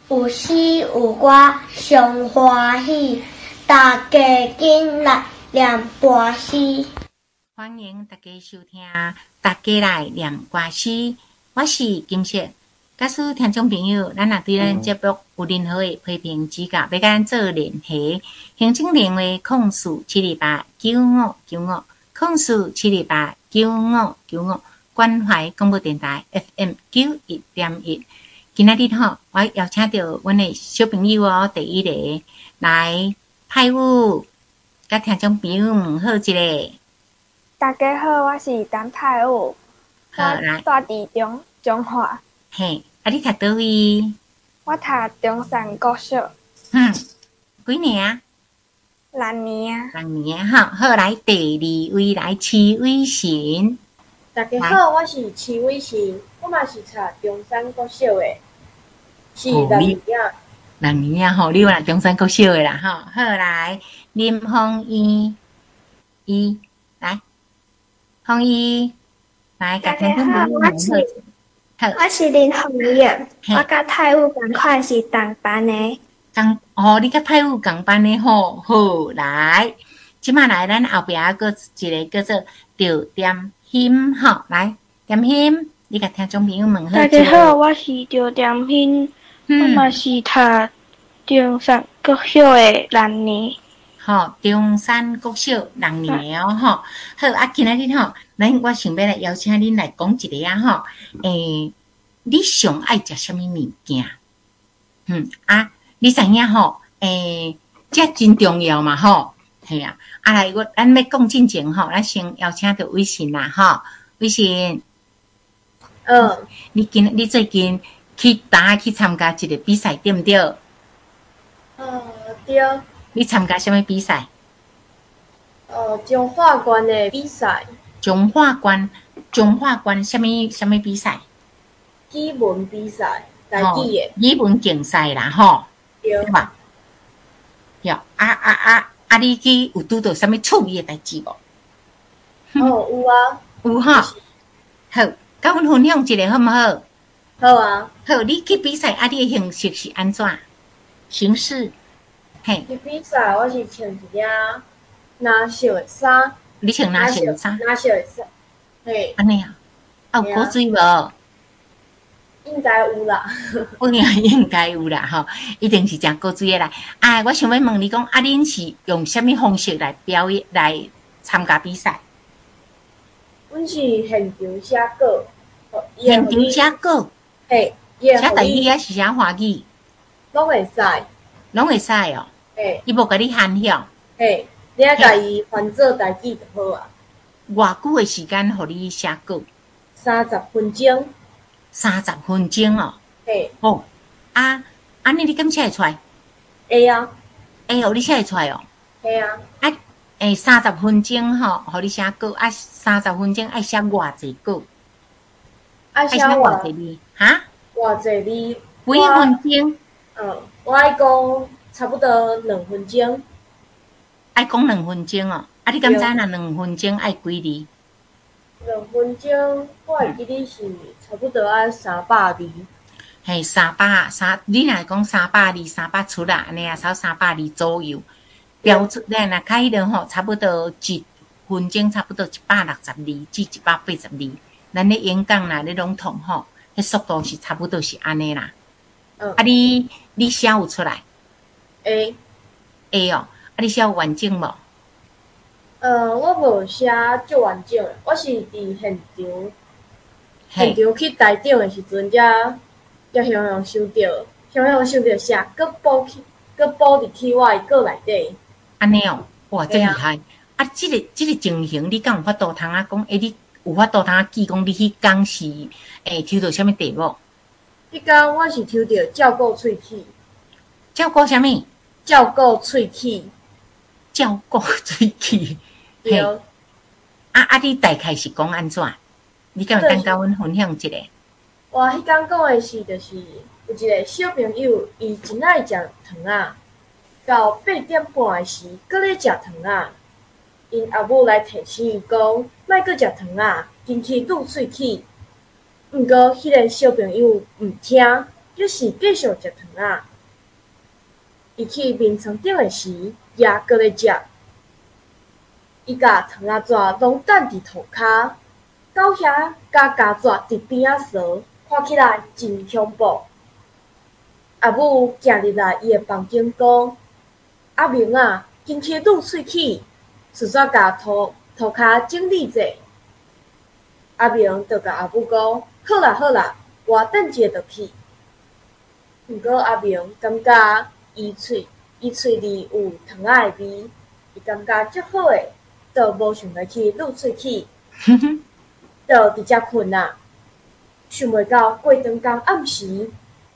有诗有歌上欢喜，大家紧来念歌诗。 欢迎大家收听，大家来念歌诗。我是金雪。假使听众朋友，咱若对咱节目有任何的批评指教，要甲咱做联系，行政电话0478959595，0478959595，关怀广播电台 FM 91.1。今仔日我邀请到阮的小朋友第一个来派舞，甲听众朋友问好一个。 大家好，我是陈派武， 好来， 住伫中华。 嘿，你读倒位？ 我读中山国小。 几年啊 6年。 6年好来第二位来齐伟成。 大家好，我是齐伟成，我嘛是读中山国小的，是6年啊。 6年啊，你话中山国小的啦好来，林凤仪，来，凤仪，来， 大家好，我是林凤仪，我甲泰武同款是同班的。 你甲泰武同班的好来，即马来咱后壁个一个叫做赵点心来，点心，你甲听众朋友问好。 大家好，我是赵点心，我嘛是读中山国小的6年。 中山国小6年好今仔日我想要来邀请恁来讲一个你上爱食什么物件？你知影这真重要嘛系啊！来咱要讲进前咱先邀请到伟成啦伟成，你最近去参加一个比赛对不对？ 对。 你参加什么比赛？ 中华关的比赛。 中华关什么比赛？ 语文比赛，台语的。 语文竞赛啦对吧？你去有拄到什么趣味的代志无？ 有啊。 有好，甲阮分享一个好毋好？ 好啊。 好，你去比赛你的形式是安怎？形式？ 去比赛，我是穿一件蓝色的衫。 你穿蓝色的衫？ 蓝色的衫。嘿。 安尼有过水无？ 应该有啦。 应该有啦一定是真过水的啦。我想要问你讲，恁是用什么方式来表演来参加比赛？ 阮是现场写稿。 现场写稿？ 嘿。 写台语还是写华语？ 拢会使。 拢会使哦。 嘿。 伊无甲你限晓。 嘿，你爱家己翻做台语就好啊。 偌久的时间，互你写稿 ？30分钟。 30分钟哦。 嘿。 安尼你敢写会出来？ 会啊。 会哦，你写会出来哦。 嘿啊。 30分钟互你写稿30分钟爱写偌济稿？ 爱写偌济字？ 偌济字？ 几分钟？ 我爱讲差不多2分钟。 爱讲2分钟哦。你敢知若2分钟爱几字 ？2分钟，我会记得是差不多爱300字。 嘿，300，你若讲300字，300出啦，安尼差300字左右。标准咱若开差不多1分钟，差不多160字至180字。咱咧演讲啦，咧拢统迄速度是差不多是安尼啦。你写有出来？ 会哦。你写有完整无？ 我无写足完整的，我是伫现场去台场的时阵，才乡收到写，搁补入去我的稿内底。 安尼哦，哇，真厉害！这个情形，你敢有法度通讲？你有法度通记讲你迄天是抽到什么题目？ 迄天我是抽到照顾喙齿。 照顾什么？ 照顾喙齿。 照顾喙齿。 对。 你大概是讲安怎？你敢有当甲阮分享一个？ 我迄天讲的是，就是有一个小朋友，伊真爱食糖仔，到8点半的时，搁咧食糖仔。因阿母来提醒伊讲，莫搁食糖仔，近期愈喙齿。毋过迄个小朋友毋听， 是继续食糖仔。伊去眠床顶的时，也搁咧食。伊甲糖仔纸拢等伫涂骹，到遐甲胶纸伫边仔扫，看起来真恐怖。阿母行入来伊的房间讲：“阿明啊，紧去撸喙齿，顺续甲涂骹整理者。”阿明就甲阿母讲：“好啦好啦，我等一下就去。”毋过阿明感觉伊喙里有糖仔的味，伊感觉足好诶，就无想要去撸喙齿，就直接困啊。想袂到过长工暗时，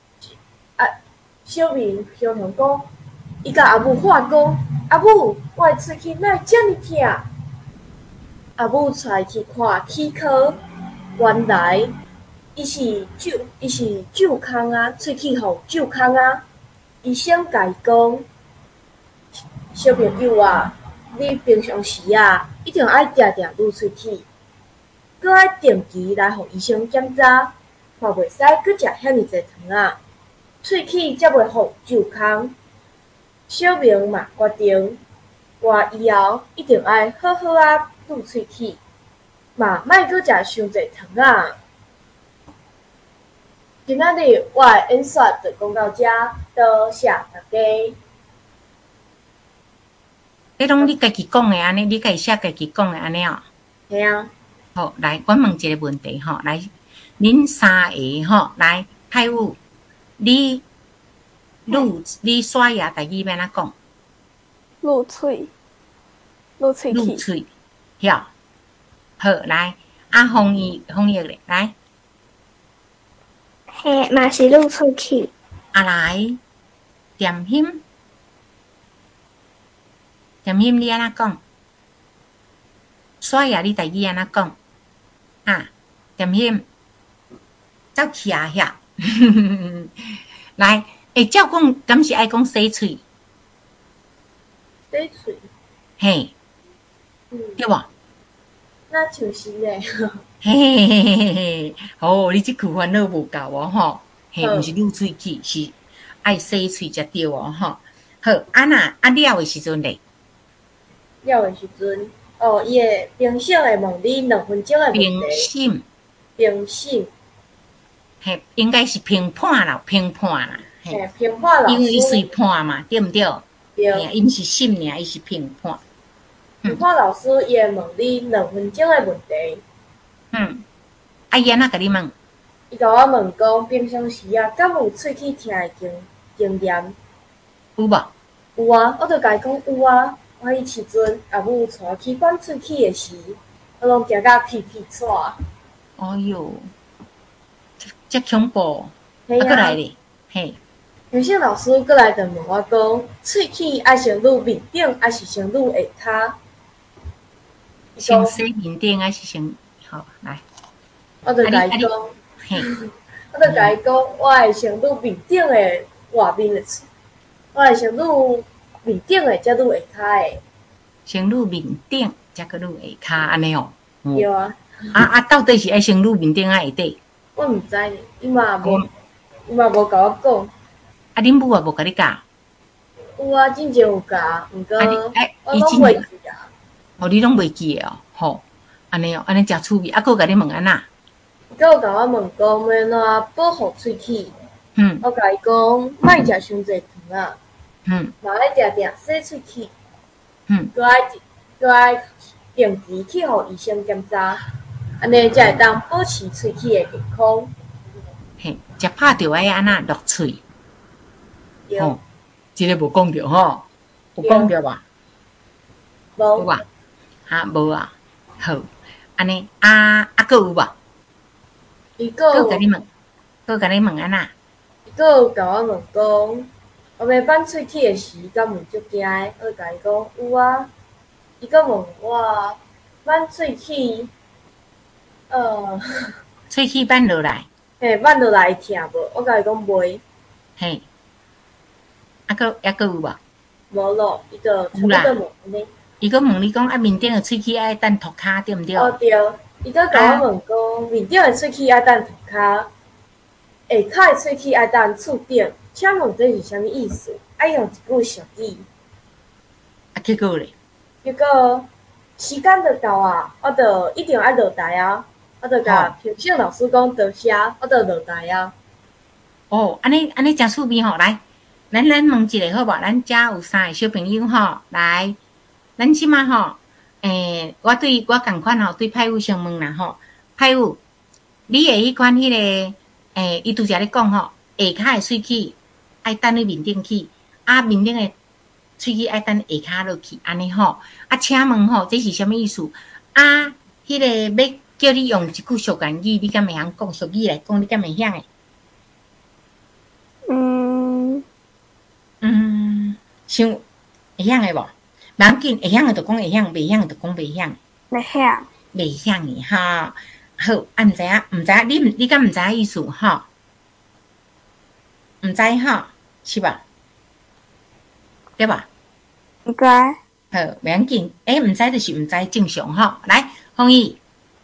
小明向向讲，伊甲阿母喊讲：“阿母，我的喙齿哪会遮尔痛？”阿母带去看齿科，原来伊是蛀空啊，喙齿互蛀空啊。医生甲伊讲：“小朋友啊，你平常时啊，一定爱定定撸喙齿，搁爱定期来互医生检查，嘛袂使搁食遐尔济糖仔，喙齿才袂互蛀空。”小明嘛决定，我以后一定爱好好啊撸喙齿，嘛莫搁食伤济糖仔。今仔日我的演说就讲到这，多谢大家。 迄拢你家己讲的安尼，你家己写家己讲的安尼哦。 系啊。 好，来，我问一个问题吼，来，恁三个吼，来，泰武，你刷牙台语要安怎讲？ 露喙齿， 晓。好，来，翻译咧，来。 嘿，嘛是露喙齿。 来，点心，你安怎讲？刷牙你台语安怎讲？点心，走去啊遐。来，照讲，敢是爱讲洗喙？ 洗喙。 嘿。对无？ 那像是咧。 嘿，好，你即句烦恼无够哦，吼，嘿，毋是撸喙齿，是爱洗喙才对哦，吼。好，了的时阵咧？ 了的时阵，伊的评审会问你2分钟的问题。评审。 嘿，应该是评判啦。 嘿，评判老师。 因为伊随判嘛，对毋对？ 对。 伊毋是审尔，伊是评判。 评判老师伊会问你2分钟的问题。 伊安怎甲你问？ 伊甲我问讲，平常时啊，敢有喙齿痛的经验？ 有无？ 有啊，我就甲伊讲有啊。我迄时阵阿母带我去管喙齿的时，我拢惊甲屁屁喘。 哎哟，遮恐怖！ 嘿啊。 过来咧，嘿。 评审老师过来就问我讲，喙齿爱先撸面顶，还是先撸下骹？ 先洗面顶还是先？好，来。 我就甲伊讲，我就甲伊讲，我会先撸面顶的外面的喙，我会先撸面顶的，才撸下骹的。 先撸面顶，才去撸下骹，安尼哦。 对啊。 到底是爱先撸面顶还下底？ 我毋知呢，伊嘛无甲我讲。 恁母也无甲你教？ 有啊，之前有教，毋过我拢袂记啊。 你拢袂记的哦，吼，安尼哦，安尼真趣味。佫甲你问安那？ 佮有甲我问讲要安怎保护喙齿。我甲伊讲，莫食伤济糖仔。嘛爱定定洗喙齿。佮爱定期去互医生检查，安尼才会当保持喙齿的健康。 嘿，食拍着爱安那落喙。吼，即个无讲着吼，有讲着吧？ 无啊？无啊。好，安尼佫有无？佫甲你问安那？ 佫有甲我问讲，我要办喙齿的时，敢有足惊的？我甲伊讲有啊。伊佫问我办喙齿， 喙齿办落来。 嘿，办落来会痛无？我甲伊讲袂。 嘿。佫有无？ 无咯，伊就差不多问安尼。 伊佫问你讲面顶的喙齿爱等涂骹，对毋对？ 对。伊佫甲我问讲，面顶的喙齿爱等涂骹， 下骹喙齿爱等厝顶，请问这是啥物意思？爱用一句俗语。 啊，结果咧？ 结果时间就到啊，我就一定爱落台啊，我就甲评审老师讲多谢，我就落台啊。 哦，安尼真趣味吼！来，咱问一个好无？咱遮有3个小朋友吼，来，咱即马吼，我共款吼，对派务先问啦吼，派务，你会迄款迄个，伊拄则咧讲吼，下骹的喙齿爱等你面顶去，啊，面顶的喙齿爱等下骹落去，安尼吼。啊，请问吼，这是啥物意思？啊，迄个要叫你用一句俗谚语，你敢会晓讲俗语来讲？你敢会晓诶？想会晓诶无？无要紧，会晓诶就讲会晓，袂晓诶就讲袂晓。 袂晓。 袂晓诶哈。好，啊，毋知影，你敢毋知影意思吼？毋知吼，是吧？对吧？ 毋知。 好，袂要紧。毋知就是毋知，正常吼。来，弘毅，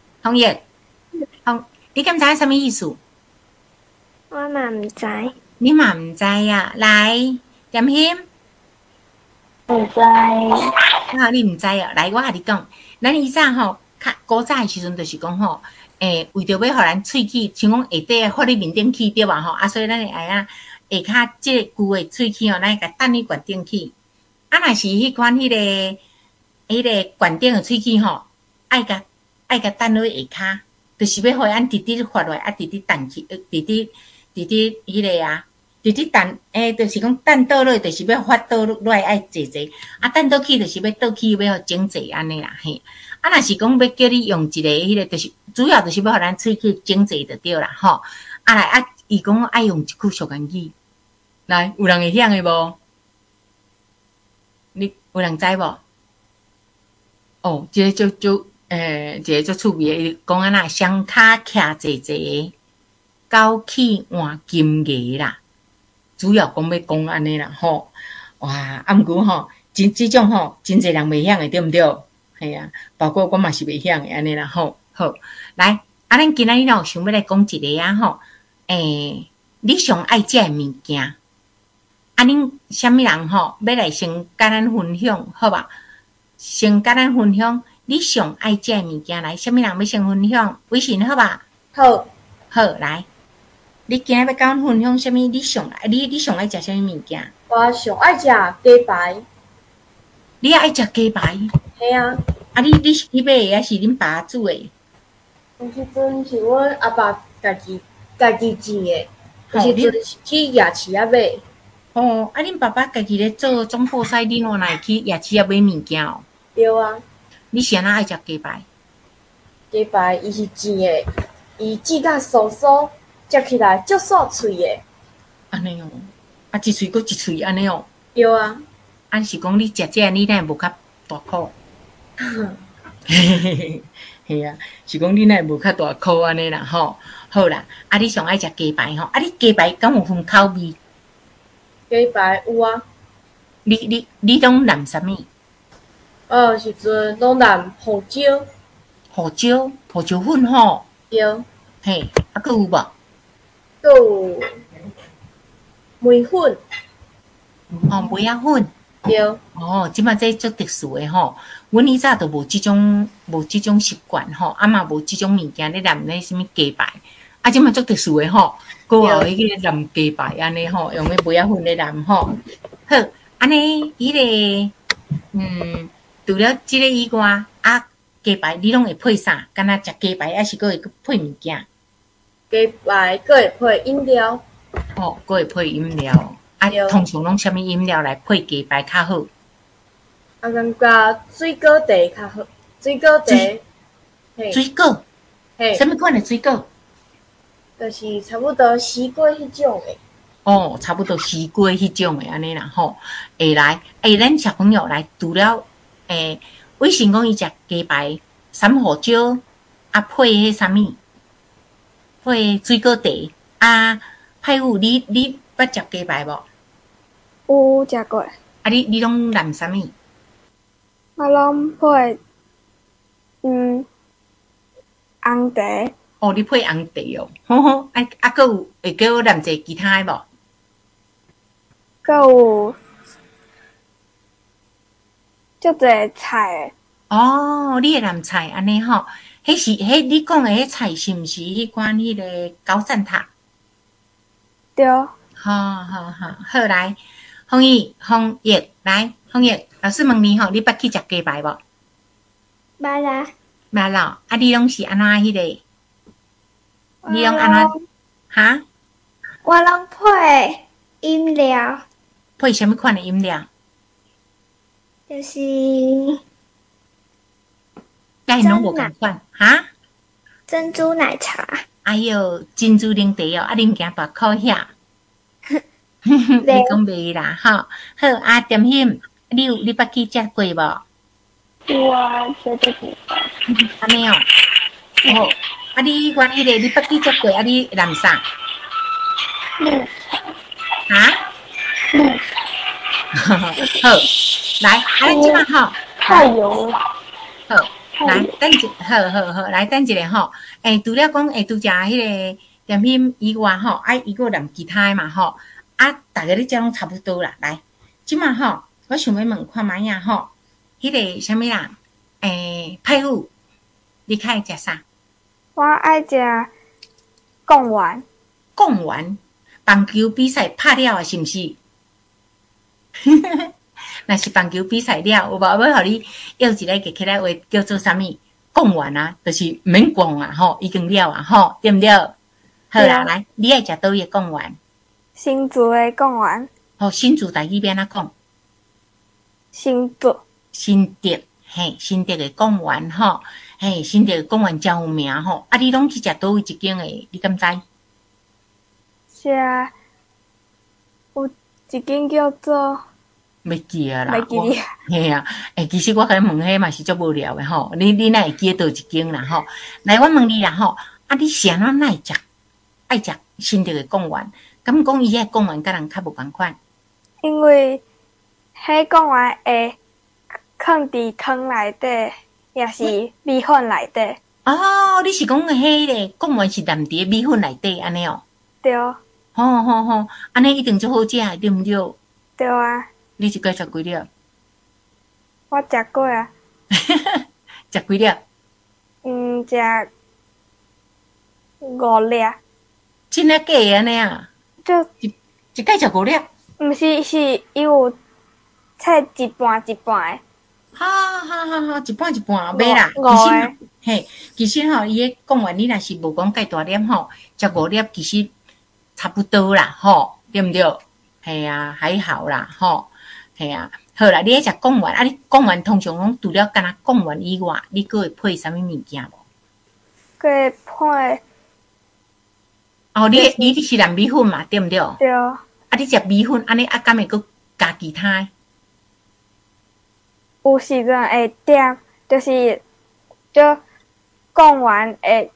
你敢知影啥物意思？ 我嘛毋知。 你嘛毋知啊？来，点心。 毋知。 你毋知啊？来，我甲你讲，咱以前吼，较古早诶时阵，就是讲吼，为着要互咱喙齿，像讲下底发你面顶去对吧？吼，啊，所以咱会爱下骹即个旧诶喙齿吼，咱会甲等你悬顶去。啊，若是迄款迄个悬顶诶喙齿吼，爱甲等落下骹，就是要互咱直直发落来，啊，直直弹去，直直迄个啊。直直弹，就是讲弹倒落，就是要发倒落来爱坐坐，啊，弹倒去就是要倒去，要互整坐安尼啦嘿。啊，若是讲要叫你用一个迄个，就是主要就是要互咱喙齿整坐就对啦吼。啊来啊，伊讲爱用一句俗谚语，来，有人会晓诶无？你有人知无？哦，这个就这个足趣味诶，讲安那双骹徛坐坐，狗去换金牙啦。主要讲要讲安尼啦吼，哇！啊，毋过吼，即种吼，真侪人袂晓诶，对毋对？系啊，包括我嘛是袂晓诶，安尼啦吼。好，来，啊，咱今仔日有想要来讲一个啊吼，你上爱食诶物件，啊，恁啥物人吼要来先甲咱分享，好吧？先甲咱分享你上爱食诶物件，来，啥物人要先分享？微信好吧？ 好， 好，来。你今日要甲阮分享啥物？你上爱食啥物物件？ 我上爱食鸡排。 你也爱食鸡排？ 系啊。 啊，你去买的还是恁爸煮的？ 有时阵是阮阿爸家己煮的，有时阵是去夜市啊买。 哦，啊，恁爸爸家己咧做总铺师，恁哪会去夜市啊买物件哦？ 对啊。 你是安怎爱食鸡排？ 鸡排伊是煎的，伊煎甲酥酥。食起来足爽脆诶， 安尼哦，啊一喙搁一喙安尼哦。 对啊， 按是讲你食这你哪会无较大口？嘿啊，是讲你哪会无较大口安尼啦吼。好啦，啊你上爱食鸡排吼，啊你鸡排敢有分口味？ 鸡排有啊。 你拢淋啥物？ 时阵拢淋胡椒。 胡椒粉吼。 对。 嘿，啊佫有无？ 有梅粉。 哦，梅仔粉。 对。 哦，即摆这足特殊诶吼，阮以前都无即种习惯吼，啊嘛无即种物件咧淋咧什物鸡排，啊即摆足特殊诶吼，佫有迄个淋鸡排安尼吼，用迄梅仔粉咧淋吼。好，安尼迄个除了即个以外，啊鸡排你拢会配啥？敢若食鸡排，还是佫会配物件？ 鸡排佫会配饮料。 哦，佫会配饮料。啊，通常拢啥物饮料来配鸡排较好？ 啊，感觉水果茶较好。水果茶。 水果。嘿。啥物款的水果？ 就是差不多西瓜迄种诶。 哦，差不多西瓜迄种诶，安尼啦吼。会来，咱小朋友来除了微信讲伊食鸡排，三胡椒啊配迄啥物？配水果茶啊，派有你捌食鸡排无？ 有食过。 啊，你拢淋啥物？ 我拢配红茶， 哦，你配红茶哦，吼吼，还有会叫我念一其他的无？ 还有足侪菜的。哦，你会念菜安尼吼？迄你讲的迄菜是毋是迄款迄个高赞塔？ 对。 好，来，弘毅来，弘毅，老师问你吼，你捌去食鸡排无？ 捌啦。 捌咯，你拢是安怎迄个？你拢安怎？哈？ 我拢配饮料。 配什么款的饮料？ 就是甲因拢无共款，哈？ 珍珠奶茶。 哎哟，珍珠奶茶哦，啉惊大口遐。你讲袂啦，吼，好点心，你捌去食过无？ 有啊，绝对不会。 安尼哦，哦，你关迄个你捌去食过，你念啥？哈？好，来，即嘛吼， 太油了。 好，来，等一，好，来等一下吼。除了讲拄食迄个点心以外吼，伊个念其他嘛吼。大家你遮拢差不多啦。来，即嘛吼，我想要问看卖啊吼，迄个啥物啦？派虎，你较爱食啥？ 我爱食贡丸。 贡丸，棒球比赛拍了啊，是毋是？若是棒球比赛了，有无要互你约一个个起来话叫做啥物？贡丸啊，就是毋免讲啊吼，已经了啊吼，对毋对？好啦，来，你爱食倒位贡丸？ 新竹的贡丸。 哦，新竹台语要安怎讲？ 新竹。 新竹，嘿，新竹的贡丸吼，嘿，新竹的贡丸真有名吼。你拢去食倒位一间的？你敢知？ 是啊，有一间叫做。 袂记啊啦， 袂记哩。 嘿啊，其实我甲你问迄嘛是足无聊的吼。你哪会记倒一间啦吼？来，我问你啦吼，你是安怎爱食新竹的贡丸？敢讲伊遐贡丸甲人较无共款？ 因为迄贡丸会放伫汤内底，也是米粉内底。 哦，你是讲迄个贡丸是含伫米粉内底安尼哦？ 对。 好，安尼一定足好食，对毋对？ 对啊。 你一个食几粒？ 我食过啊。 食几粒？ 食5粒。 真诶假安尼啊？ 就一摆食5粒？ 毋是，是伊有切一半一半诶。 好，一半一半，买啦。其实吼，伊诶讲完，你若是无讲介大粒吼，食5粒其实差不多啦，吼，对毋对？系啊，还好啦，吼。嘿啊，好啦，你爱食贡丸，你贡丸通常拢除了干那贡丸以外，你佫会配啥物物件无？ 佫会配。 哦，你是含米粉嘛，对毋对？ 对。 你食米粉，安尼敢会佫加其他？ 有时阵会点，就是贡丸会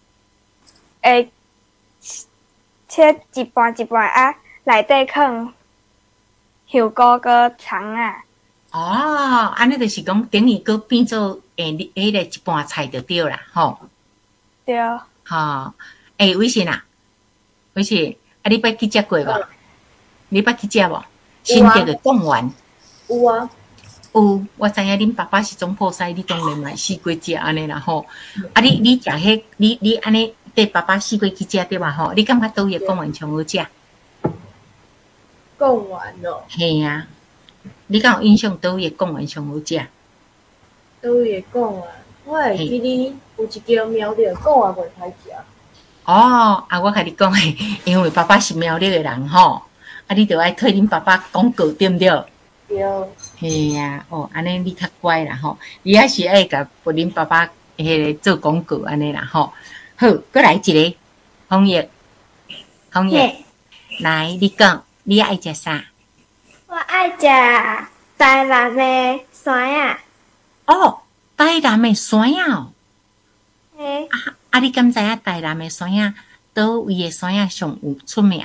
切一半一半内底放。香菇个葱啊！ 哦，安尼就是讲等于佫变做迄个一盘菜就对啦，吼。 对。 吼，伟信啊，伟信，你捌去食过无？你捌去食无？新竹的贡丸。 有啊。 有，我知影恁爸爸是总铺师，你当然嘛试过食安尼啦吼。你食迄，你安尼对爸爸试过去食对嘛吼？你感觉倒位贡丸上好食？ 贡丸哦。 嘿啊，你敢有印象倒位贡丸上好食？ 倒位贡丸，我会记你有一间苗栗贡丸袂歹食。 哦，我甲你讲诶，因为爸爸是苗栗诶人吼，你着爱替恁爸爸广告对毋对？ 对。 嘿啊，安尼你较乖啦吼，你也是爱甲恁爸爸迄个做广告安尼啦吼。好，佫来一个，弘毅，来你讲。你爱食啥？ 我爱食台南的山啊。 哦，台南的山啊！ 嘿。 你敢知影台南的山啊？倒位的山啊上有出名？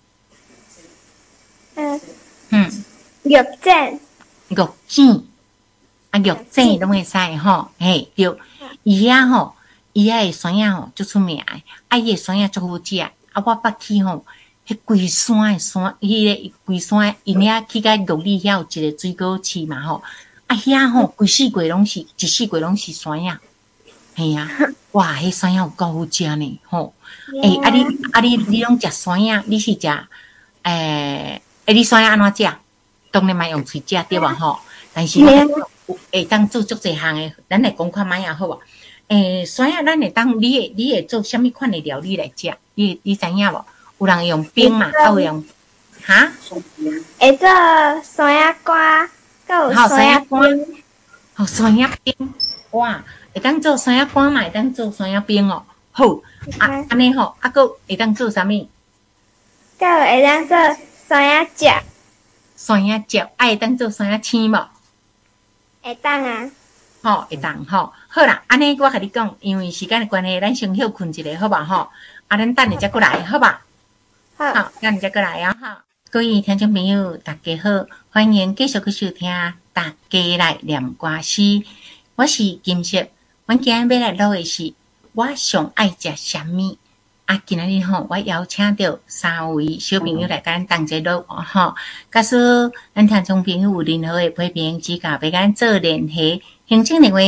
玉井。 玉井，玉井拢会使吼，嘿对。伊遐吼，伊伊遐个酸仔吼足出名诶，伊个酸仔足好食。我捌去吼，迄规山诶山，迄个规山因遐去甲玉里遐有一个水果市嘛吼，遐吼规四季拢是，一四季拢是酸仔。嘿啊，哇，迄酸仔有够好食呢，吼！你拢食酸仔，你是食你酸仔安怎食？当然嘛用喙食对吧？吼，但是会当做足侪项诶，咱来讲看卖啊好无？酸仔咱会当，你会做啥物款诶料理来食？你知影无？有人用冰嘛，有用哈？ 会做酸仔干，佮有酸仔冰。 好，酸仔冰，哇！会当做酸仔干嘛？会当做酸仔冰哦。好，安尼吼，佫会当做啥物？ 佮会当做酸仔汁。 酸仔汁，会当做酸仔青无？ 会当啊。 吼，会当吼。好啦，安尼我甲你讲，因为时间的关系，咱先休困一下，好无吼？咱等下再过来，好吧？好，等下再过来啊！哈，各位听众朋友，大家好，欢迎继续去收听《大家来念歌诗》，我是金色。阮今日要来录的是我上爱食啥物。今仔日吼，我邀请到3位小朋友来甲咱同齐录吼。假使咱听众朋友有任何的批评指教，要甲咱做联系，行政电话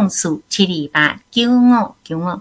0472895595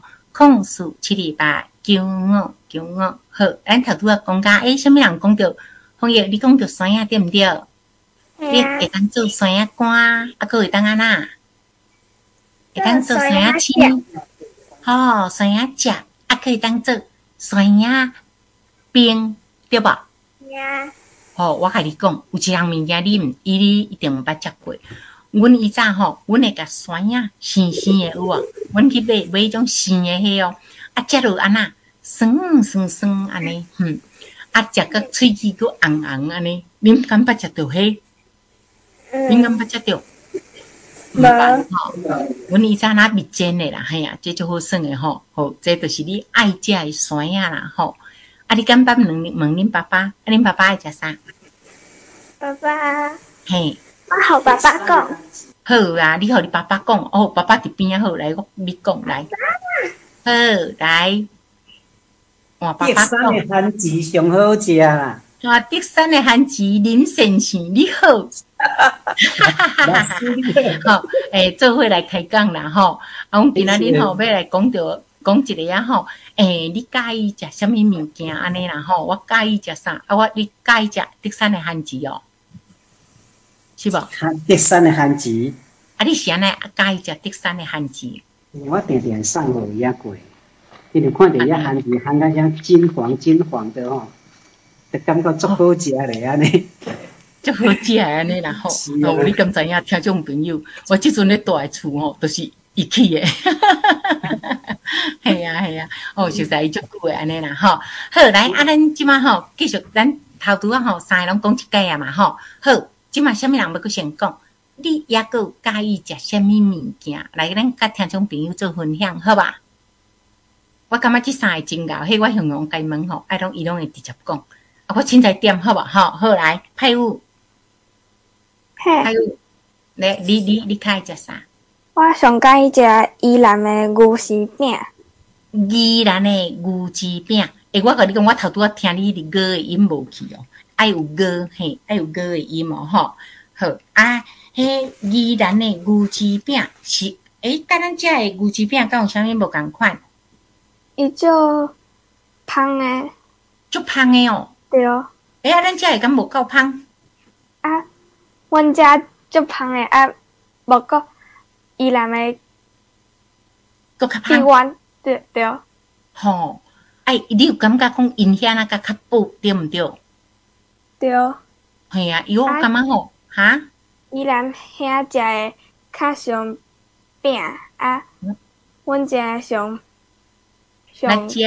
0472895595。好，咱头拄仔讲甲，啥物人讲着？红叶，你讲着酸仔对毋对？你会当做酸仔干，佫会当安那？会当做酸仔青，吼，酸仔汁，可以当做酸仔冰，对吧？吼，我甲你讲，有一样物件你一定毋捌食过。阮以前吼，阮会甲酸仔生生诶有无？阮去买迄种生诶迄哦，食落安那酸酸酸安尼，食甲喙齿佫红红安尼，恁敢捌食着迄？恁敢捌食着？毋捌吼，阮以前若蜜煎诶啦，嘿啊，这足好耍诶吼，吼，这就是你爱食诶酸仔啦，吼。你敢捌问恁爸爸？恁爸爸爱食啥？ 爸爸， 嘿， 我互爸爸讲。 好啊，你互你爸爸讲，哦，爸爸伫边仔好，来，你讲来。好，来，换爸爸讲。 德山诶番薯上好食啦。 德山诶番薯林先生，你好。吼，做伙来开讲啦，吼。阮今仔日吼要来讲一个啊，吼。你介意食啥物物件安尼啦，吼？我介意食啥？你介意食德山诶番薯哦，是无？ 德山诶番薯。 你是安尼介意食德山诶番薯？ 我定定送互伊过，因为看着遐番薯烘到遐金黄的吼，就感觉足好食咧安尼。 足好食安尼啦，吼！你敢知影？听众朋友，我即阵咧住诶厝吼，都是伊起诶。系啊，熟悉伊足久诶安尼啦，吼。好，来，咱即马吼继续，咱头拄吼三个拢讲一解啊嘛，吼。好，即马啥物人要佫先讲？你抑佫有介意食啥物物件？来，咱甲听众朋友做分享，好吧？我感觉即三个真贤，迄我向阳家问吼，伊拢会直接讲。我凊彩点好无？吼，好来，派务，来，你较爱食啥？ 我上介意食宜兰的牛丝饼。 宜兰的牛舌饼，我甲你讲，我头拄仔听你的歌的音无去哦，爱有歌嘿，爱有歌的音哦，吼。好迄宜兰的牛舌饼是甲咱遮的牛舌饼敢有啥物无共款？ 伊就芳的， 足芳的哦。 对。 咱遮的敢无够芳？ 阮遮足芳的无够宜兰的够较芳。 对。 吼，你有感觉讲因遐那较补，对毋对？ 对。 系啊，伊我感觉吼，哈？ 宜兰遐食的较上饼阮遮的上。咱遮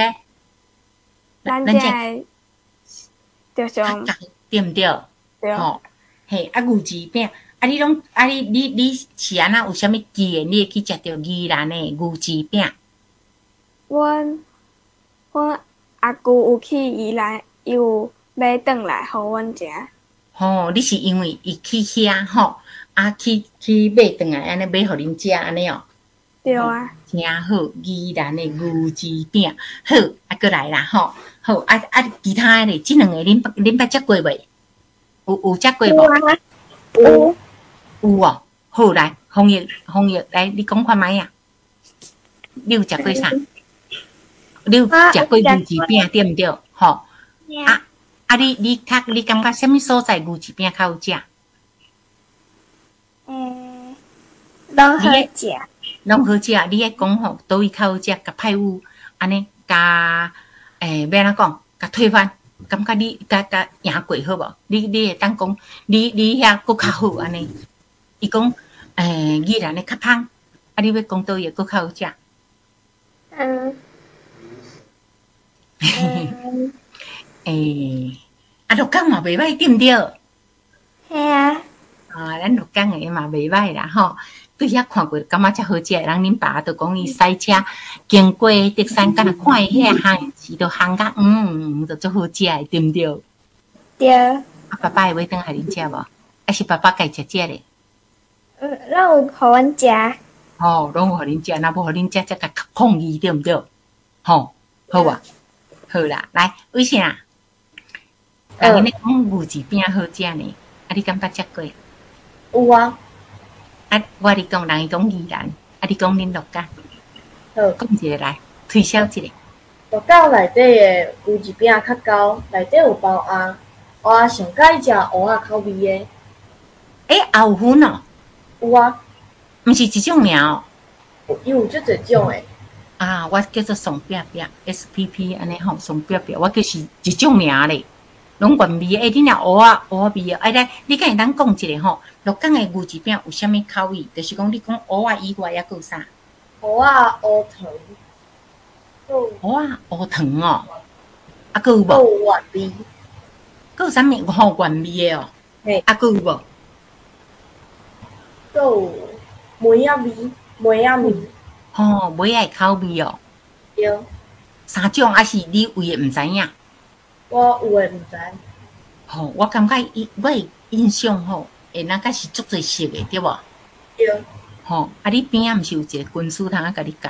的就上对毋对？ 对。 吼，嘿，牛舌饼，你拢你是安那有啥物机缘，你会去食着宜兰的牛舌饼？ 阮阿舅有去宜兰，伊有买转来互阮食。 吼，你是因为伊去遐吼，去买转来安尼买互恁食安尼哦。 对啊， 真好，宜兰的牛舌饼，好，过来啦吼，好，其他的这两个恁捌食过未？有食过无？ 有有哦，好来，红叶来，你讲看卖啊？你有食过啥？你有食过牛舌饼对毋对？吼，你感觉什么所在牛舌饼较好食？ 拢好食。 拢好食，你爱讲吼，倒位较好食，甲派有安尼，甲要安怎讲？甲推翻，感觉你甲赢过好无？你会当讲，你遐佫较好安尼？伊讲宜兰的较芳，你要讲倒位佫较好食？鹿港嘛袂歹，对毋对？ 嘿啊， 咱鹿港的嘛袂歹啦吼。对遐看过，感觉遮好食。人恁爸都讲伊赛车经过德山，敢若看伊遐巷市都巷甲都足好食的，对毋对？ 对。 爸爸会当下恁食无？还是爸爸家食食咧？ 咱有互阮食。 拢有互恁食，若无互恁食，则甲抗议，对毋对？好啊，好啦，来，为啥？人恁咧讲牛舌饼好食呢？你敢捌食过？ 有啊。 我你讲，人伊讲宜兰，你讲恁鹿港，讲一个来，推销一个。 鹿港内底的牛舌饼较厚，内底有包鸭，鸭上喜食蚵仔口味的。 也有分哦。 有啊。 毋是一种名哦。 有足侪种的。 我叫做松饼饼 ，SPP 安尼吼，松饼饼，我就是一种名咧。拢原味诶，恁若蚵仔味来，你敢会当讲一个吼？鹿港诶牛舌饼有啥物口味？就是讲你讲蚵仔以外，还有啥？ 蚵仔乌糖。 蚵仔乌糖哦，还有无？ 有原味。 有啥物吼原味诶哦？ 嘿。 有无？ 有梅仔味。 梅仔口味哦。 对。 三种还是你有诶毋知影？ 我有诶毋知。 我感觉我印象会那个是足侪色诶，对无？ 对。 你边仔毋是有一个军师通甲你教？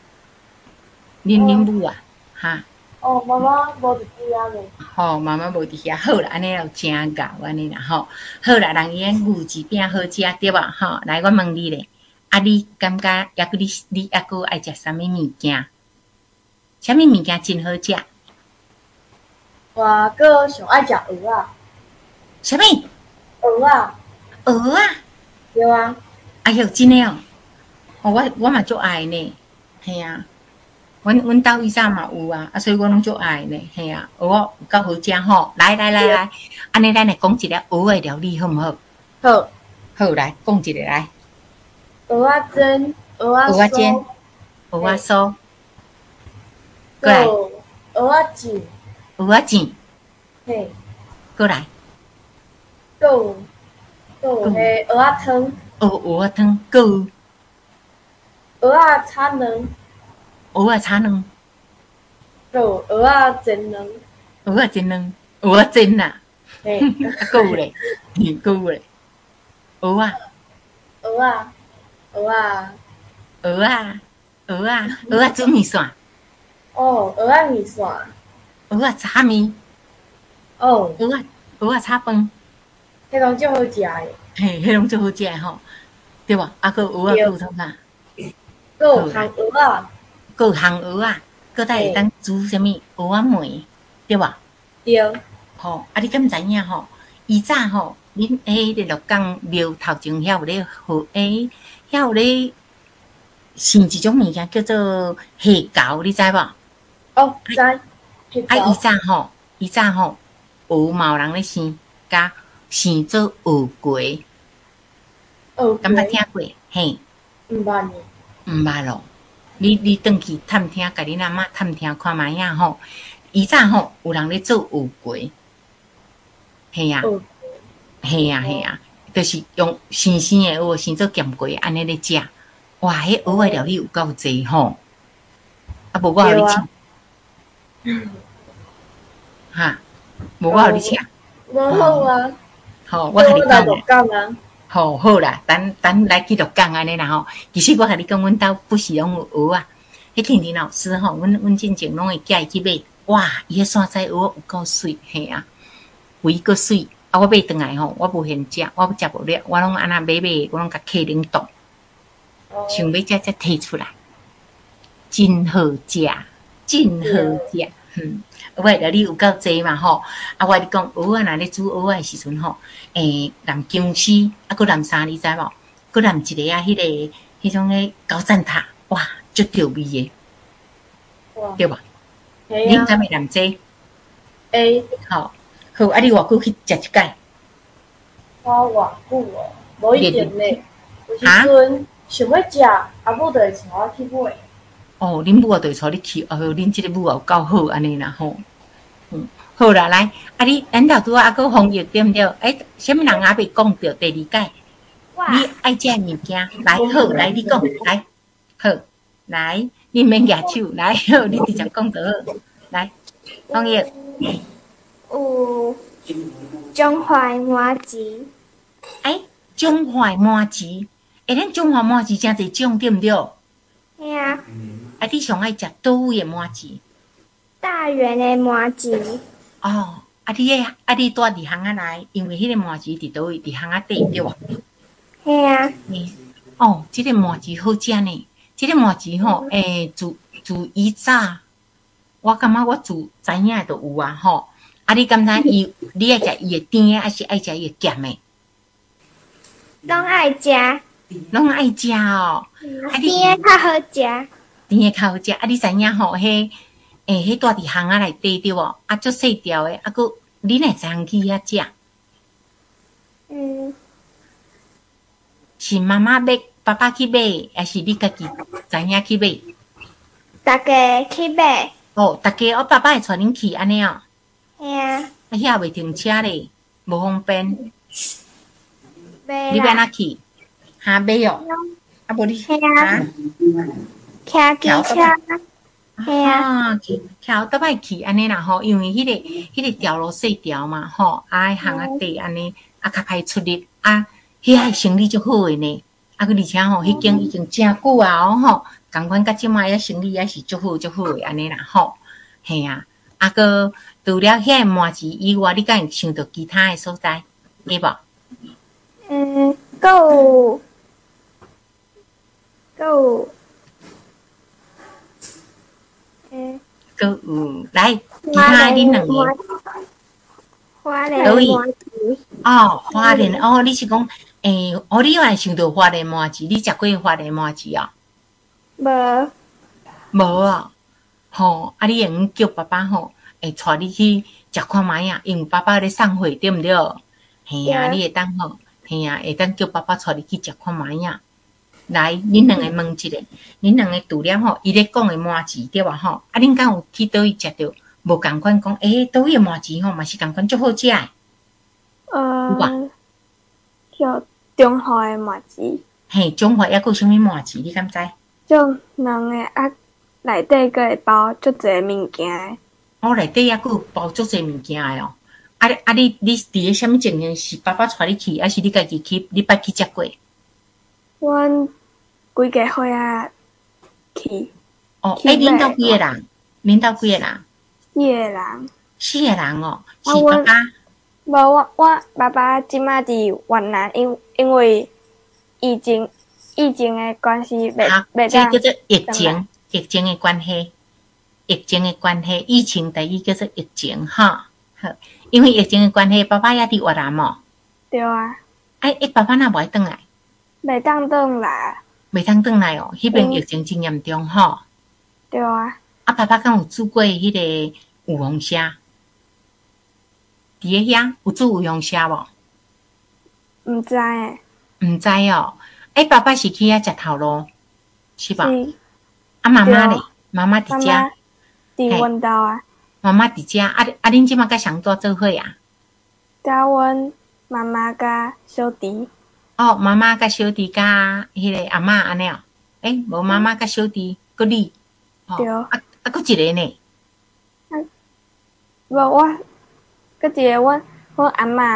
恁母啊，哈？ 妈妈无伫边咧。 妈妈无伫遐，好啦，安尼就真教安尼啦，好啦，人伊牛舌饼好食对无？来，我问你咧，你感觉你还佫爱食啥物物件？啥物物件真好食？ 我佫上爱食蚵仔。 啥物？ 蚵仔。 蚵仔？ 对啊。 哎哟，真诶哦！我嘛足爱呢，嘿啊。阮兜以前嘛有啊，所以我拢足爱呢，嘿啊。蚵仔有够好食吼！来，安尼咱来讲一个蚵仔料理好毋好？ 好。 好，来讲一个来。 蚵仔煎，蚵仔煎， 蚵仔酥。 过来。蚵仔煎。 蚵仔煎。 嘿。 过来。 有迄蚵仔汤。 蚵仔汤，有。 蚵仔炒卵。 蚵仔炒卵。 有蚵仔煎卵。 蚵仔煎卵，蚵仔煎啦。 嘿。 还有咧，还有咧。蚵仔。蚵仔煮面线。 蚵仔面线。 蚵仔炒面。蚵仔炒饭。 迄拢足好食诶。 嘿，迄拢足好食诶吼，对无？佫蚵仔佫有啥？ 佫有烘蚵仔。 佫有烘蚵仔，佫再会当煮啥物蚵仔糜，对无？ 对。 你敢知影以早恁迄个鹿港庙头前遐有咧遐有咧生一种物件叫做虾饺，你知无？ 知。 以早蚵嘛有人咧生，甲生做蚵粿。敢捌听过？嘿。 毋捌呢。 毋捌咯。你转去探听，甲恁阿嬷探听看卖影吼。以早有人咧做蚵粿。嘿啊。嘿啊，就是用新鲜的蚵生做咸粿，安尼咧食。哇，迄蚵的料理有够济吼。无我互你请。哈，无我互你请。 无好啊。 我互你讲。 好啦，等来继续讲安尼啦吼。其实我甲你讲，阮兜不是拢有蚵啊。迄婷婷老师吼，阮进前拢会寄伊去买。哇，伊迄山菜蚵有够水，嘿啊，肥个水。啊，我买转来吼，我无现食，我食无了，我拢安那买，我拢甲客冷冻，想要食才摕出来，真好食，真好食。喂，你有够济嘛吼？啊，我你讲蚵仔，若咧煮蚵仔的时阵吼，淋姜丝，啊，佮淋啥你知无？佮淋一个啊，迄种诶高赞塔，哇，足着味诶，对吧？你敢会淋这？好，好，啊，你偌久去食一摆？ 我偌久哦，无一定咧。有时阵想要食，阿母就会带我去买。 哦，恁母就会带你去，恁即个母有够好安尼啦吼。好啦，来，你咱头拄啊个防疫对毋对？什么人也未讲到第二解。你爱食物件，来好，来你讲，来好，来，你免举手，来好，你直接讲就好。来，防疫。 有中华麻糍。 中华麻糍，咱中华麻糍真侪种对毋对？ 嘿啊。 你上爱食倒位的麻糍？ 大圆的麻糍。 哦，你住伫巷仔内，因为迄个麻糍伫倒位？伫巷仔底对无？ 嘿啊。 哦，即个麻糍好食呢。即个麻糍吼，自以早，我感觉我自知影都有啊吼。你感觉你爱食伊的甜的，还是爱食伊的咸的？ 拢爱食。 拢爱食哦。 甜的较好食。 甜的较好食。你知影吼？迄住伫巷仔内底对无？足细条的，佮你若知影去遐食？是妈妈买，爸爸去买，还是你家己知影去买？ 大家去买。 大家爸爸会带恁去安尼哦。 嘿啊。 遐袂停车咧，无方便。 你要哪去？买哦。无你嘿啊。骑机车。嘿啊。 骑倒摆去安尼啦吼，因为迄个条路细条嘛吼，巷仔底安尼较歹出入遐生意足好诶呢。而且吼，迄间已经真久啊吼，共款甲即卖遐生意也是足好诶安尼啦吼。嘿啊，佮除了遐麻糍以外，你敢会想到其他诶所在？有无？ 佫有来，其他恁两个。 花莲麻糍。 花莲你是讲你又会想到花莲麻糍？你食过花莲麻糍啊？无啊。吼，你会用叫爸爸吼，会带你去食看卖啊？因为爸爸咧送货对毋对？嘿啊，你会当吼，嘿啊，会当叫爸爸带你去食看卖啊？来，恁两个问一下，恁两个除了吼，伊咧讲的麻糍对吧？吼，恁敢有去倒位食到？无共款讲，倒位的麻糍吼，嘛是共款足好食诶。 叫中华的麻糍。 嘿，中华还佫有啥物麻糍？你敢知？ 就两个内底佫会包足侪物件诶。 内底还佫有包足侪物件诶哦。你伫咧啥物情形？是爸爸带你去，还是你家己去？你捌去食过？ 阮规家伙仔去。 恁兜几个人？恁兜几个人？4个人哦。是爸爸？ 无，我爸爸即马伫越南，因为疫情的关系，袂这叫做疫情的关系，疫情第一叫做疫情哈。好，因为疫情的关系，爸爸也伫越南哦。 对啊。 爸爸哪无爱转来？ 袂当转来。 袂当转来哦，迄边疫情真严重吼。 对啊。 爸爸敢有煮过迄个有红虾？伫咧遐有煮有红虾无？ 毋知诶。 毋知哦。爸爸是去遐食头路，是吧？妈妈咧？妈妈伫遮。 伫阮兜啊。 妈妈伫遮，恁即马甲谁做伙啊？ 甲阮妈妈甲小弟。 妈妈甲小弟甲迄个阿嬷安尼哦。无妈妈甲小弟，佫你。 对。 佫一个呢？ 无我，佫一个阮阿嬷。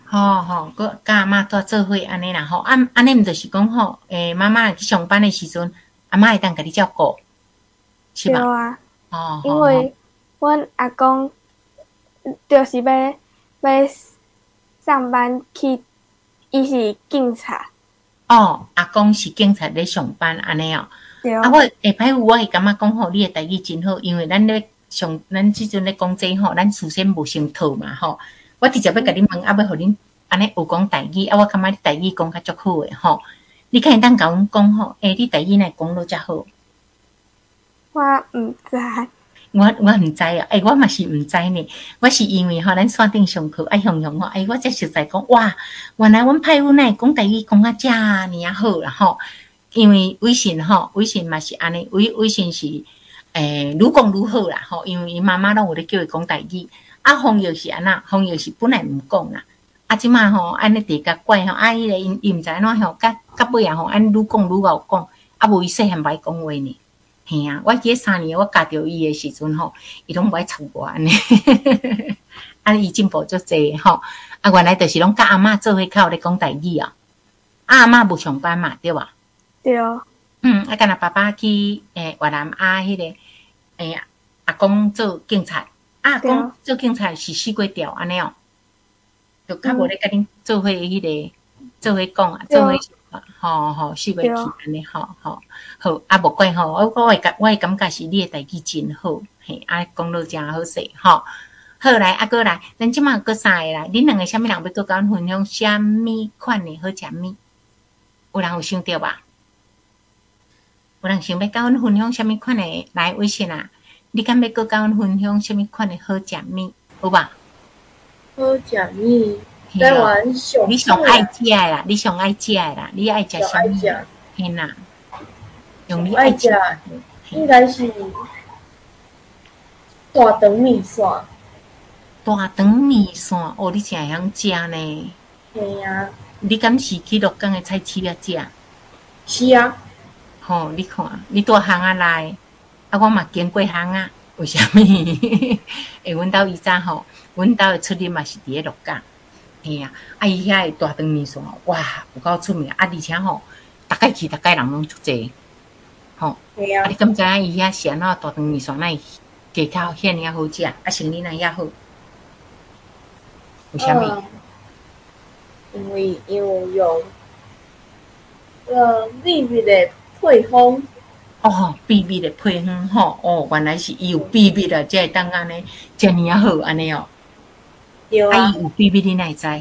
吼，佮阿嬷带做伙安尼啦吼，安尼毋就是讲吼，妈妈去上班的时阵，阿嬷会当甲你照顾，是吧？ 对啊， 哦， 因为阮阿公就是要上班去，伊是警察。 哦，阿公是警察咧上班安尼哦。 对。 啊，我下摆有我会感觉讲吼，你的台语真好，因为咱即阵咧讲这吼，咱事先无先套嘛吼。我直接要甲你问，啊，要互恁安尼有讲台语，啊，我感觉你台语讲较足好诶吼。你可以当甲阮讲吼，你台语哪讲到遮好？ 我毋知。 我毋知啊，我嘛是毋知呢。我是因为吼，咱线顶上课雄雄吼，我才实在讲哇，原来阮派夫会讲台语讲啊遮尔啊好啦吼。因为微信嘛是安尼，微信是愈讲愈好啦吼。因为伊妈妈拢有咧叫伊讲台语，啊，方又是安那，方又是本来毋讲啦。啊，即马吼安尼地甲怪吼，啊，伊毋知安怎吼，甲尾啊吼，安愈讲愈敖讲，啊，无伊细汉歹讲话呢。嘿啊，我记得3年我教着伊诶时阵吼，伊拢无爱插我安尼，啊，伊进步足济吼。啊，原来就是拢甲阿嬷做伙靠咧讲台语啊。阿嬷无上班嘛，对吧？ 对。 啊，敢若爸爸去越南啊，迄个阿公做警察，阿公做警察是死过调安尼哦，就较无咧甲恁做伙迄个做伙讲啊，做伙吼死过去安尼吼。好，啊无怪吼，我会感觉是你的台语真好，嘿，啊讲到真好势吼。好来，啊过来，咱即马过三个来，恁两个啥物人要搁甲阮分享啥物款的好食物？有人有想到吧？有人想要甲阮分享啥物款的来微信啊？你敢要搁甲阮分享啥物款的好食物？有吧？ 好食物，台湾上你上爱食的啦，你上爱食的啦，你爱食啥物？嘿啦，用你爱食， 应该是大肠面线。 大肠面线，哦，你真会晓食呢？ 嘿啊。 你敢是去鹿港的菜市啊食？ 是啊。 吼，你看，你住巷仔内，啊，我嘛经过巷仔，为虾米？阮兜以前吼，阮兜的出入嘛是伫咧鹿港，嘿啊，啊，伊遐的大肠面线，哇，有够出名，啊，而且吼，逐界去，逐界人拢足济，吼。 嘿啊。 你敢知影伊遐是安怎大肠面线哪会价较遐尔好食，啊，生意哪遐好？为虾米？ 因为有秘密的配方。 哦，秘密的配方吼，哦，原来是伊有秘密的，才会当安尼，遮尔好安尼哦。 对啊。 啊，伊有秘密，你哪会知？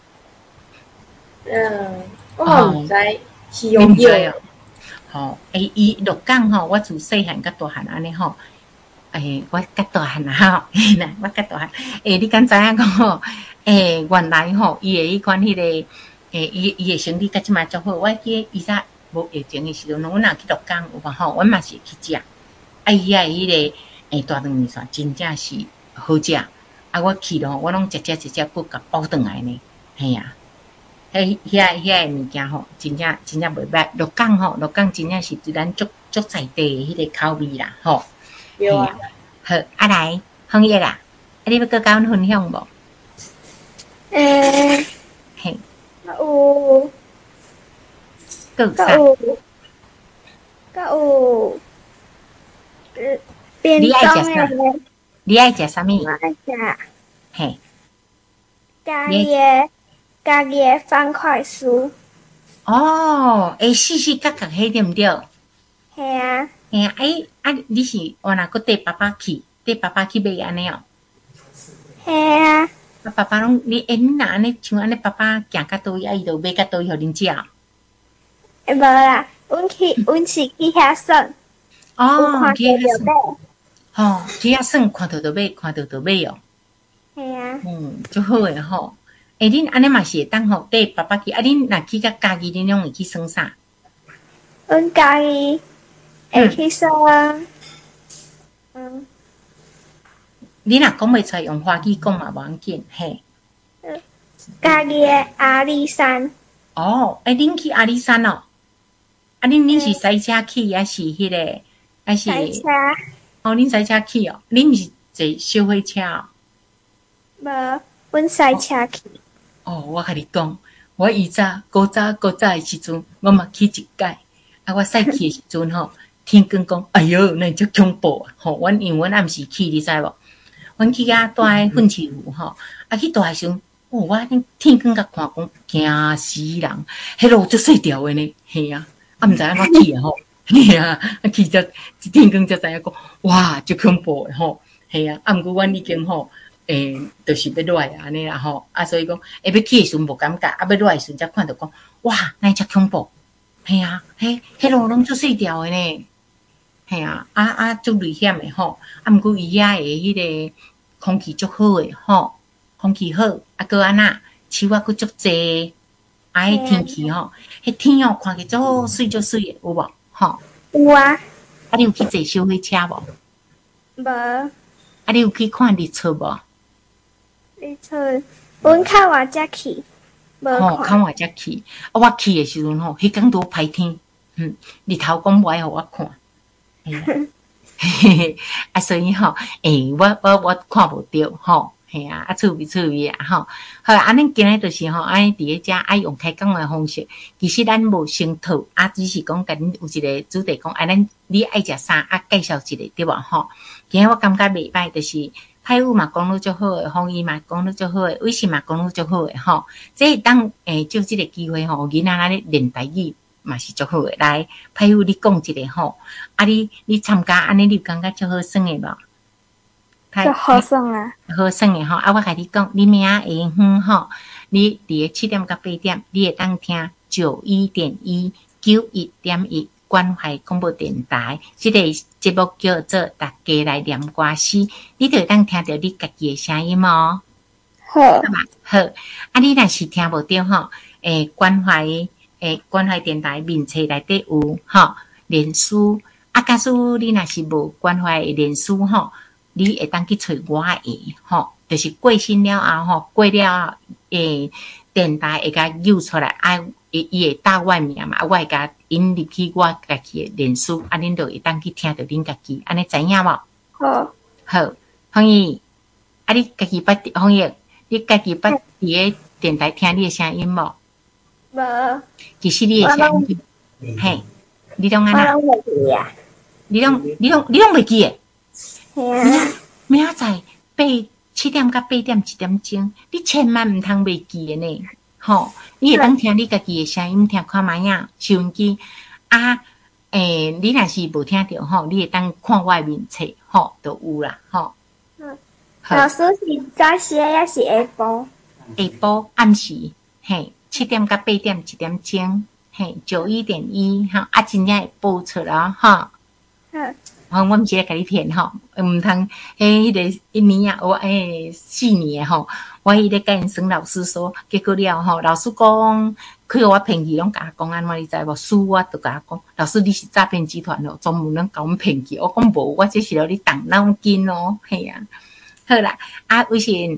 我嘛毋知，是用药的。 吼，伊鹿港吼，我自细汉甲大汉安尼吼。我甲大汉啊，吼，我甲大汉。你敢知影讲吼？原来吼，伊的迄款迄个，伊的生理甲即摆足好。我记得伊早无疫情的时阵，阮若去鹿港有嘛吼，阮嘛是去食。啊，伊遐迄个大肠面线真正是好食。啊，我去咯，我拢一只佫甲包转来呢。嘿啊，遐的物件吼，真正袂歹。鹿港吼，鹿港真正是咱足在地的迄个口味啦，吼。 对啊。 好，啊来，红叶啦，你要搁甲阮分享无？ 嘿。有。有。便当诶。 你爱食啥物？ 我爱食。 嘿。 家己诶方块酥。 哦，细细角角迄对毋对？ 嘿啊。 嘿啊，你是换若搁缀爸爸去买安尼哦？ 嘿啊。 啊，爸爸拢你若安尼像安尼，爸爸行到倒位，伊就买到倒位互恁食。 无啦，阮是去遐耍。 哦， 去遐耍。 吼，去遐耍，看到就买哦。 嘿啊。 足好诶吼。恁安尼嘛是会当吼缀爸爸去，啊，恁若去甲家己，恁拢会去耍啥？ 阮家己会去耍。 你若讲袂出来，用华语讲嘛无要紧，嘿。 家己诶阿里山。 哦，恁去阿里山哦？啊，恁是驶车去，还是迄个？还是？ 驶车。 哦，恁驶车去哦？恁是坐小火车哦？ 无，阮驶车去。 哦，我甲你讲，我古早的时阵，我嘛去一届，啊，我赛去的时阵吼，天光讲，哎哟，那足恐怖啊！吼，因为阮暗时去，你知无？阮去遐住喺糞池湖吼，啊去住的时阵，哦，我天光甲看讲，惊死人，迄路足细条的呢，嘿啊，啊，毋知影我去啊吼，嘿啊，啊去才天光才知影讲，哇，足恐怖的吼，嘿啊，啊，毋过阮已经吼。就是要来安尼啦吼，啊，所以讲，要去的时阵无感觉，啊，要来的时阵才看到讲，哇，那遮恐怖，系啊，迄路拢足细条的呢，系啊，足危险的吼，啊，毋过伊遐的迄个空气足好的吼，空气好，啊，搁安那，树仔搁足济，啊，迄天气吼，迄天哦，看起足水足水的，有无？吼， 有啊， 啊，你有去坐小火车无？ 无。 啊，你有去看日出无？ 日出，阮较晚才去，无看。 较晚才去。啊，我去的时阵吼，迄天拄歹天，日头讲无爱互我看，啊，所以吼，我看无着吼，嘿啊，啊，趣味啊，吼。好，安尼今日就是吼，安尼伫咧遮爱用开讲的方式，其实咱无先讨，啊，只是讲甲恁有一个主题讲，咱你爱食啥，啊，介绍一个对无吼？今日我感觉袂歹，就是泰语嘛讲得足好诶，方言嘛讲得足好诶，微信嘛讲得足好诶，吼。这当就这个机会吼，囡仔咱咧练台语嘛是足好诶。来，泰语你讲一个吼，啊你参加安尼你感觉足好耍诶无？ 足好耍啊！ 好耍诶吼，啊我甲你讲，你明仔下吼，你伫个7点到8点，你会当听91.1 91.1。关怀广播电台，这个节目叫做大家来念歌诗，你就会当听到你家己的声音哦。 好， 好，啊，你若是听无到吼，关怀电台面册内底有吼，连书啊，假使你若是无关怀的连书吼，你会当去找我的吼，就是过身了后吼，过了电台会甲揪出来啊。伊会打我名嘛，我会甲引入去我家己的脸书，啊，恁就会当去听到恁家己，安尼知影无？好，方毅，啊，你家己方毅，你家己捌伫个电台听你的声音无？ 无。 其实你的声音，嘿，你拢安那？ 我拢袂记啊。 你拢袂记诶？ 嘿啊。 明仔载7点到8点1点钟，你千万毋通袂记诶呢。吼，你会当听你家己的声音，听看卖影收音机啊。你若是无听到吼，你会当看我的面册吼，都有啦吼。 老师是早时还是下晡？ 下晡暗时，嘿，7点到8点1点钟，嘿，91.1哈，啊，真正会播出啦哈。我毋是咧甲你骗吼，毋通迄个1年啊，4年吼，我迄个教因生老师说，结果了吼，老师讲，去我骗去，拢甲我讲安怎，你知无？输我都甲我讲，老师你是诈骗集团咯，专门拢甲阮骗去。我讲无，我这是了你动脑筋哦，嘿啊。好啦，啊，微信，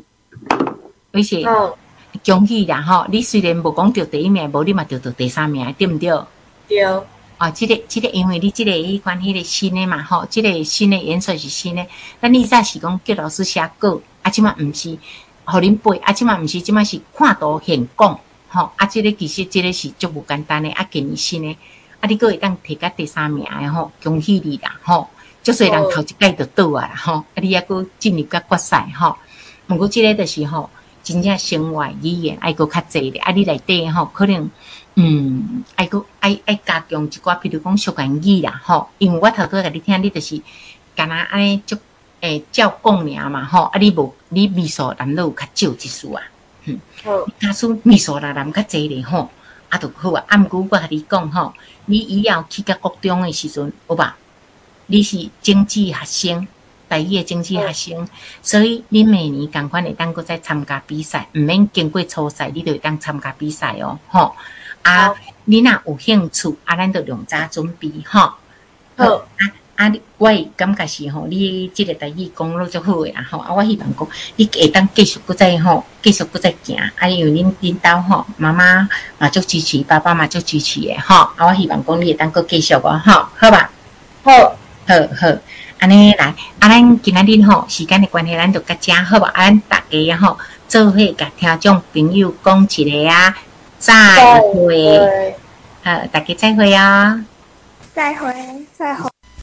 恭喜啦吼！你虽然无讲到第1名，无你嘛得到第3名，对毋对？ 对。 哦，这个，因为你这个迄款迄个新的嘛，吼，这个新的颜色是新的。咱以前是讲叫老师写稿，啊，即马毋是，互恁背，啊，即马毋是，即马是看图现讲，吼，啊，这个其实这个是足无简单的，啊，今年新的，啊，你佫会当摕到第3名的吼，恭喜你啦，吼，足侪人头一届就倒啊啦，吼，啊，你还佫进入到决赛，吼，毋过这个就是吼，真正生活语言爱佫较济咧，啊，你内底吼可能。爱加强一寡，比如讲俗言语啦，吼，因为我头拄甲你听，你就是干那安尼足照讲尔嘛，吼，啊，你味素男女有较少一丝啊，假使味素男较济咧，吼，啊，就好啊。啊，毋过我甲你讲吼，你以后去到国中的时阵，有吧？你是经济学生，台语的经济学生，所以你每年共款会当搁再参加比赛，毋免经过初赛，你就会当参加比赛哦，吼。啊，你若有兴趣，啊，咱就用早准备吼。好，我感觉是吼，你即个台语讲了足好诶啦吼。啊，我希望讲，你会当继续搁再吼，继续搁再行。啊，因为恁兜吼，妈妈嘛足支持，爸爸嘛足支持诶吼。啊，我希望讲你会当搁继续哦吼，好吧？好。 安尼来，咱今仔日吼时间的关系，咱就甲遮好无？咱大家吼做伙甲听众朋友讲一个啊，再会，大家再会啊， 再会。